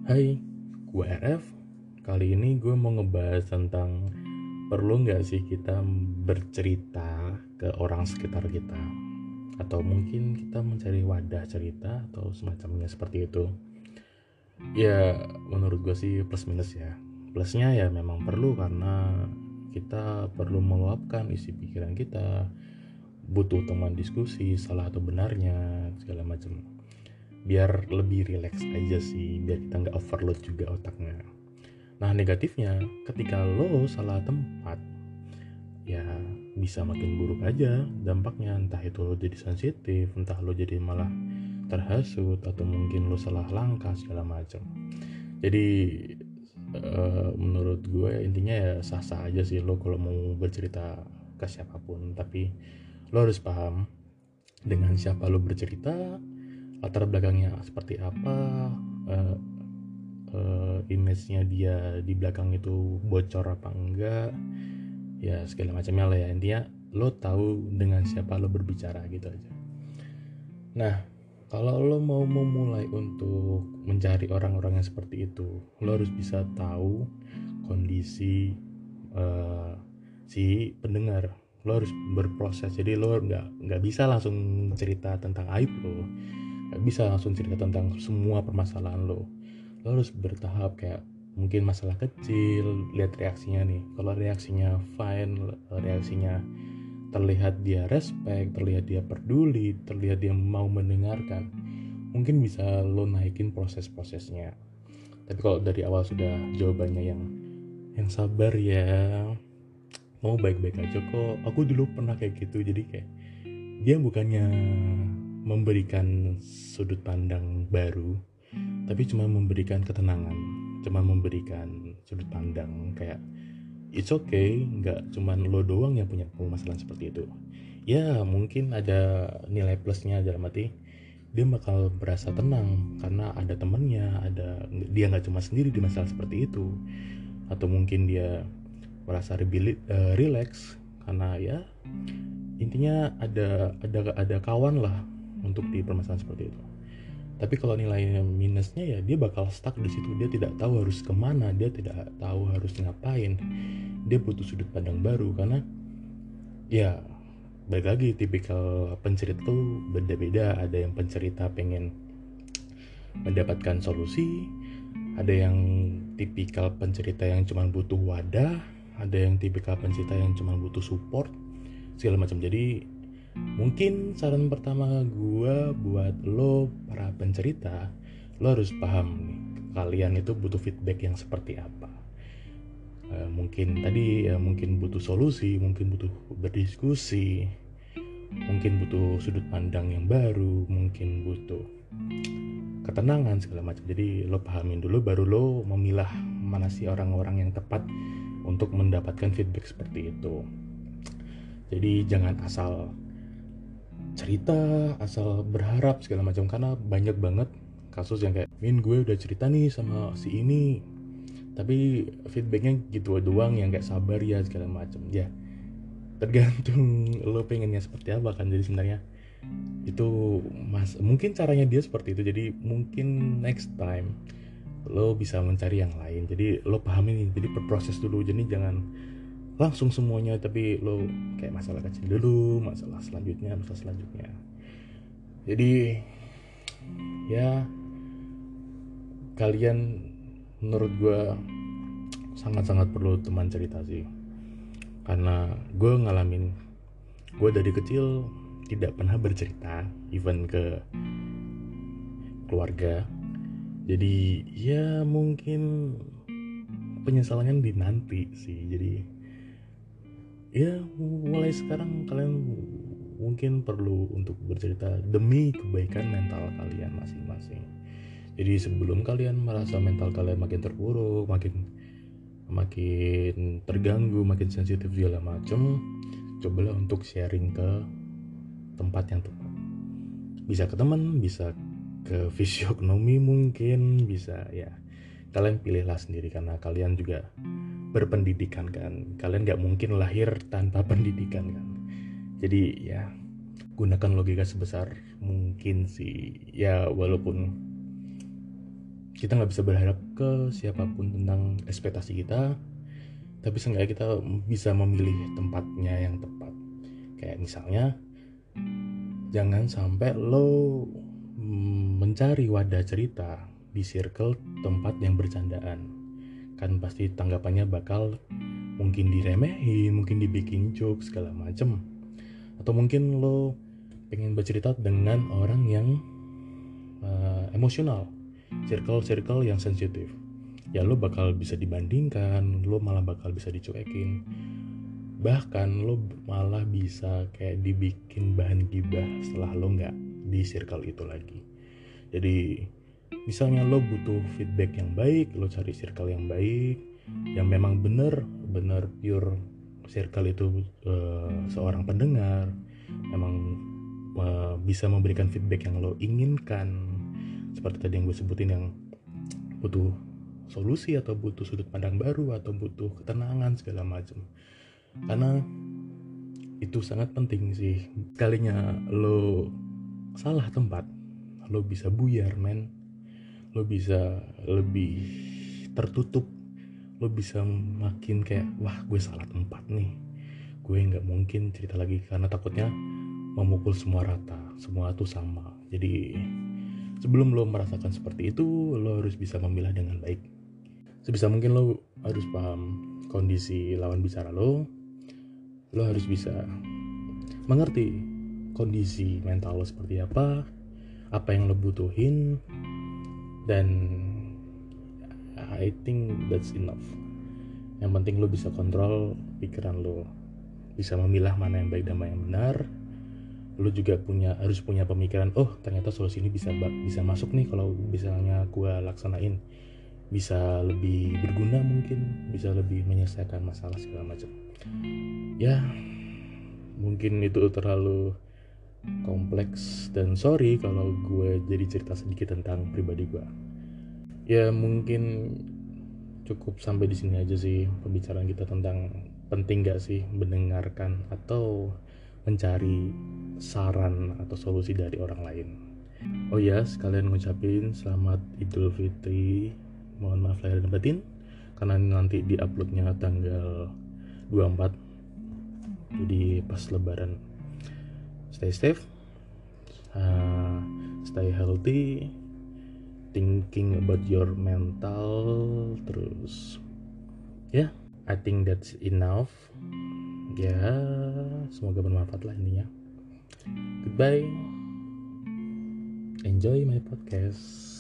Hai, gue RF. Kali ini gue mau ngebahas tentang perlu nggak sih kita bercerita ke orang sekitar kita, atau mungkin kita mencari wadah cerita atau semacamnya seperti itu. Ya, menurut gue sih plus minus ya. Plusnya ya memang perlu karena kita perlu meluapkan isi pikiran kita, butuh teman diskusi, salah atau benarnya, segala macam. Biar lebih rileks aja sih, biar kita nggak overload juga otaknya. Nah, negatifnya ketika lo salah tempat, ya bisa makin buruk aja dampaknya. Entah itu lo jadi sensitif, entah lo jadi malah terhasut, atau mungkin lo salah langkah segala macam. Jadi menurut gue intinya ya sah-sah aja sih lo kalau mau bercerita ke siapapun, tapi lo harus paham dengan siapa lo bercerita, latar belakangnya seperti apa, uh, image-nya dia di belakang itu bocor apa enggak, ya segala macamnya lah ya. Intinya lo tahu dengan siapa lo berbicara gitu aja. Nah, kalau lo mau memulai untuk mencari orang-orang yang seperti itu, lo harus bisa tahu kondisi uh, si pendengar. Lo harus berproses, jadi lo nggak bisa langsung cerita tentang aib lo, nggak bisa langsung cerita tentang semua permasalahan lo. Lo harus bertahap, kayak mungkin masalah kecil, lihat reaksinya nih. Kalau reaksinya fine, reaksinya terlihat dia respect, terlihat dia peduli, terlihat dia mau mendengarkan, mungkin bisa lo naikin proses-prosesnya. Tapi kalau dari awal sudah jawabannya yang sabar ya, mau baik-baik aja kok, aku dulu pernah kayak gitu. Jadi kayak dia bukannya memberikan sudut pandang baru, tapi cuma memberikan ketenangan, cuma memberikan sudut pandang kayak it's okay, nggak cuman lo doang yang punya permasalahan seperti itu. Ya mungkin ada nilai plusnya, dalam arti dia bakal berasa tenang karena ada temennya, dia nggak cuma sendiri di masalah seperti itu. Atau mungkin dia merasa relax karena ya intinya ada kawan lah untuk di permasalahan seperti itu. Tapi kalau nilai minusnya ya dia bakal stuck di situ. Dia tidak tahu harus kemana, dia tidak tahu harus ngapain. Dia butuh sudut pandang baru karena ya balik lagi, tipikal pencerita tuh beda-beda. Ada yang pencerita pengen mendapatkan solusi, ada yang tipikal pencerita yang cuma butuh wadah, ada yang tipikal pencerita yang cuma butuh support segala macam. Jadi mungkin saran pertama gue buat lo para pencerita, lo harus paham nih, kalian itu butuh feedback yang seperti apa. Mungkin tadi ya, mungkin butuh solusi, mungkin butuh berdiskusi, mungkin butuh sudut pandang yang baru, mungkin butuh ketenangan segala macam. Jadi lo pahamin dulu, baru lo memilah mana sih orang-orang yang tepat untuk mendapatkan feedback seperti itu. Jadi jangan asal cerita, asal berharap segala macam, karena banyak banget kasus yang kayak, gue udah cerita nih sama si ini, tapi feedbacknya gitu doang, yang kayak sabar ya segala macam. Ya tergantung lo pengennya seperti apa kan. Jadi sebenarnya itu mungkin caranya dia seperti itu. Jadi mungkin next time lo bisa mencari yang lain. Jadi lo pahami nih, jadi berproses dulu. Jadi jangan langsung semuanya, tapi lo kayak masalah kecil dulu, masalah selanjutnya. Jadi ya kalian menurut gue sangat-sangat perlu teman cerita sih. Karena gue ngalamin, gue dari kecil tidak pernah bercerita even ke keluarga. Jadi ya mungkin penyesalannya di nanti sih. Jadi ya mulai sekarang kalian mungkin perlu untuk bercerita demi kebaikan mental kalian masing-masing. Jadi sebelum kalian merasa mental kalian makin terpuruk, makin terganggu, makin sensitif segala macem, cobalah untuk sharing ke tempat yang tepat. Bisa ke teman, bisa ke fisiognomi, mungkin bisa ya. Kalian pilihlah sendiri karena kalian juga berpendidikan kan. Kalian gak mungkin lahir tanpa pendidikan kan. Jadi ya gunakan logika sebesar mungkin sih. Ya walaupun kita nggak bisa berharap ke siapapun tentang ekspektasi kita, tapi seenggaknya kita bisa memilih tempatnya yang tepat. Kayak misalnya, jangan sampai lo mencari wadah cerita di circle tempat yang bercandaan. Kan pasti tanggapannya bakal mungkin diremehin, mungkin dibikin joke segala macem. Atau mungkin lo pengen bercerita dengan orang yang emosional, circle yang sensitif. Ya lo bakal bisa dibandingkan, lo malah bakal bisa dicuekin. Bahkan lo malah bisa kayak dibikin bahan gibah setelah lo gak di circle itu lagi. Jadi misalnya lo butuh feedback yang baik, lo cari circle yang baik, yang memang bener pure circle itu seorang pendengar, memang bisa memberikan feedback yang lo inginkan. Seperti tadi yang gue sebutin, yang butuh solusi atau butuh sudut pandang baru atau butuh ketenangan segala macam. Karena itu sangat penting sih. Kalinya lo salah tempat, lo bisa buyar men, lo bisa lebih tertutup, lo bisa makin kayak wah gue salah tempat nih, gue nggak mungkin cerita lagi, karena takutnya memukul semua rata, semua tuh sama. Jadi sebelum lo merasakan seperti itu, lo harus bisa memilah dengan baik. Sebisa mungkin lo harus paham kondisi lawan bicara lo harus bisa mengerti kondisi mental lo seperti apa yang lo butuhin, dan I think that's enough. Yang penting lo bisa kontrol pikiran lo, bisa memilah mana yang baik dan mana yang benar. Lo juga harus punya pemikiran, oh ternyata solusi ini bisa masuk nih kalau misalnya gue laksanain, bisa lebih berguna, mungkin bisa lebih menyelesaikan masalah segala macam. Ya mungkin itu terlalu kompleks, dan sorry kalau gue jadi cerita sedikit tentang pribadi gue. Ya mungkin cukup sampai di sini aja sih pembicaraan kita tentang penting gak sih mendengarkan atau mencari saran atau solusi dari orang lain. Oh ya, sekalian ngucapin selamat Idul Fitri. Mohon maaf lahir dan batin, karena nanti diuploadnya tanggal 24, jadi pas lebaran. Stay safe, stay healthy, thinking about your mental. Terus ya, I think that's enough. Ya, semoga bermanfaat lah intinya. Goodbye, enjoy my podcast.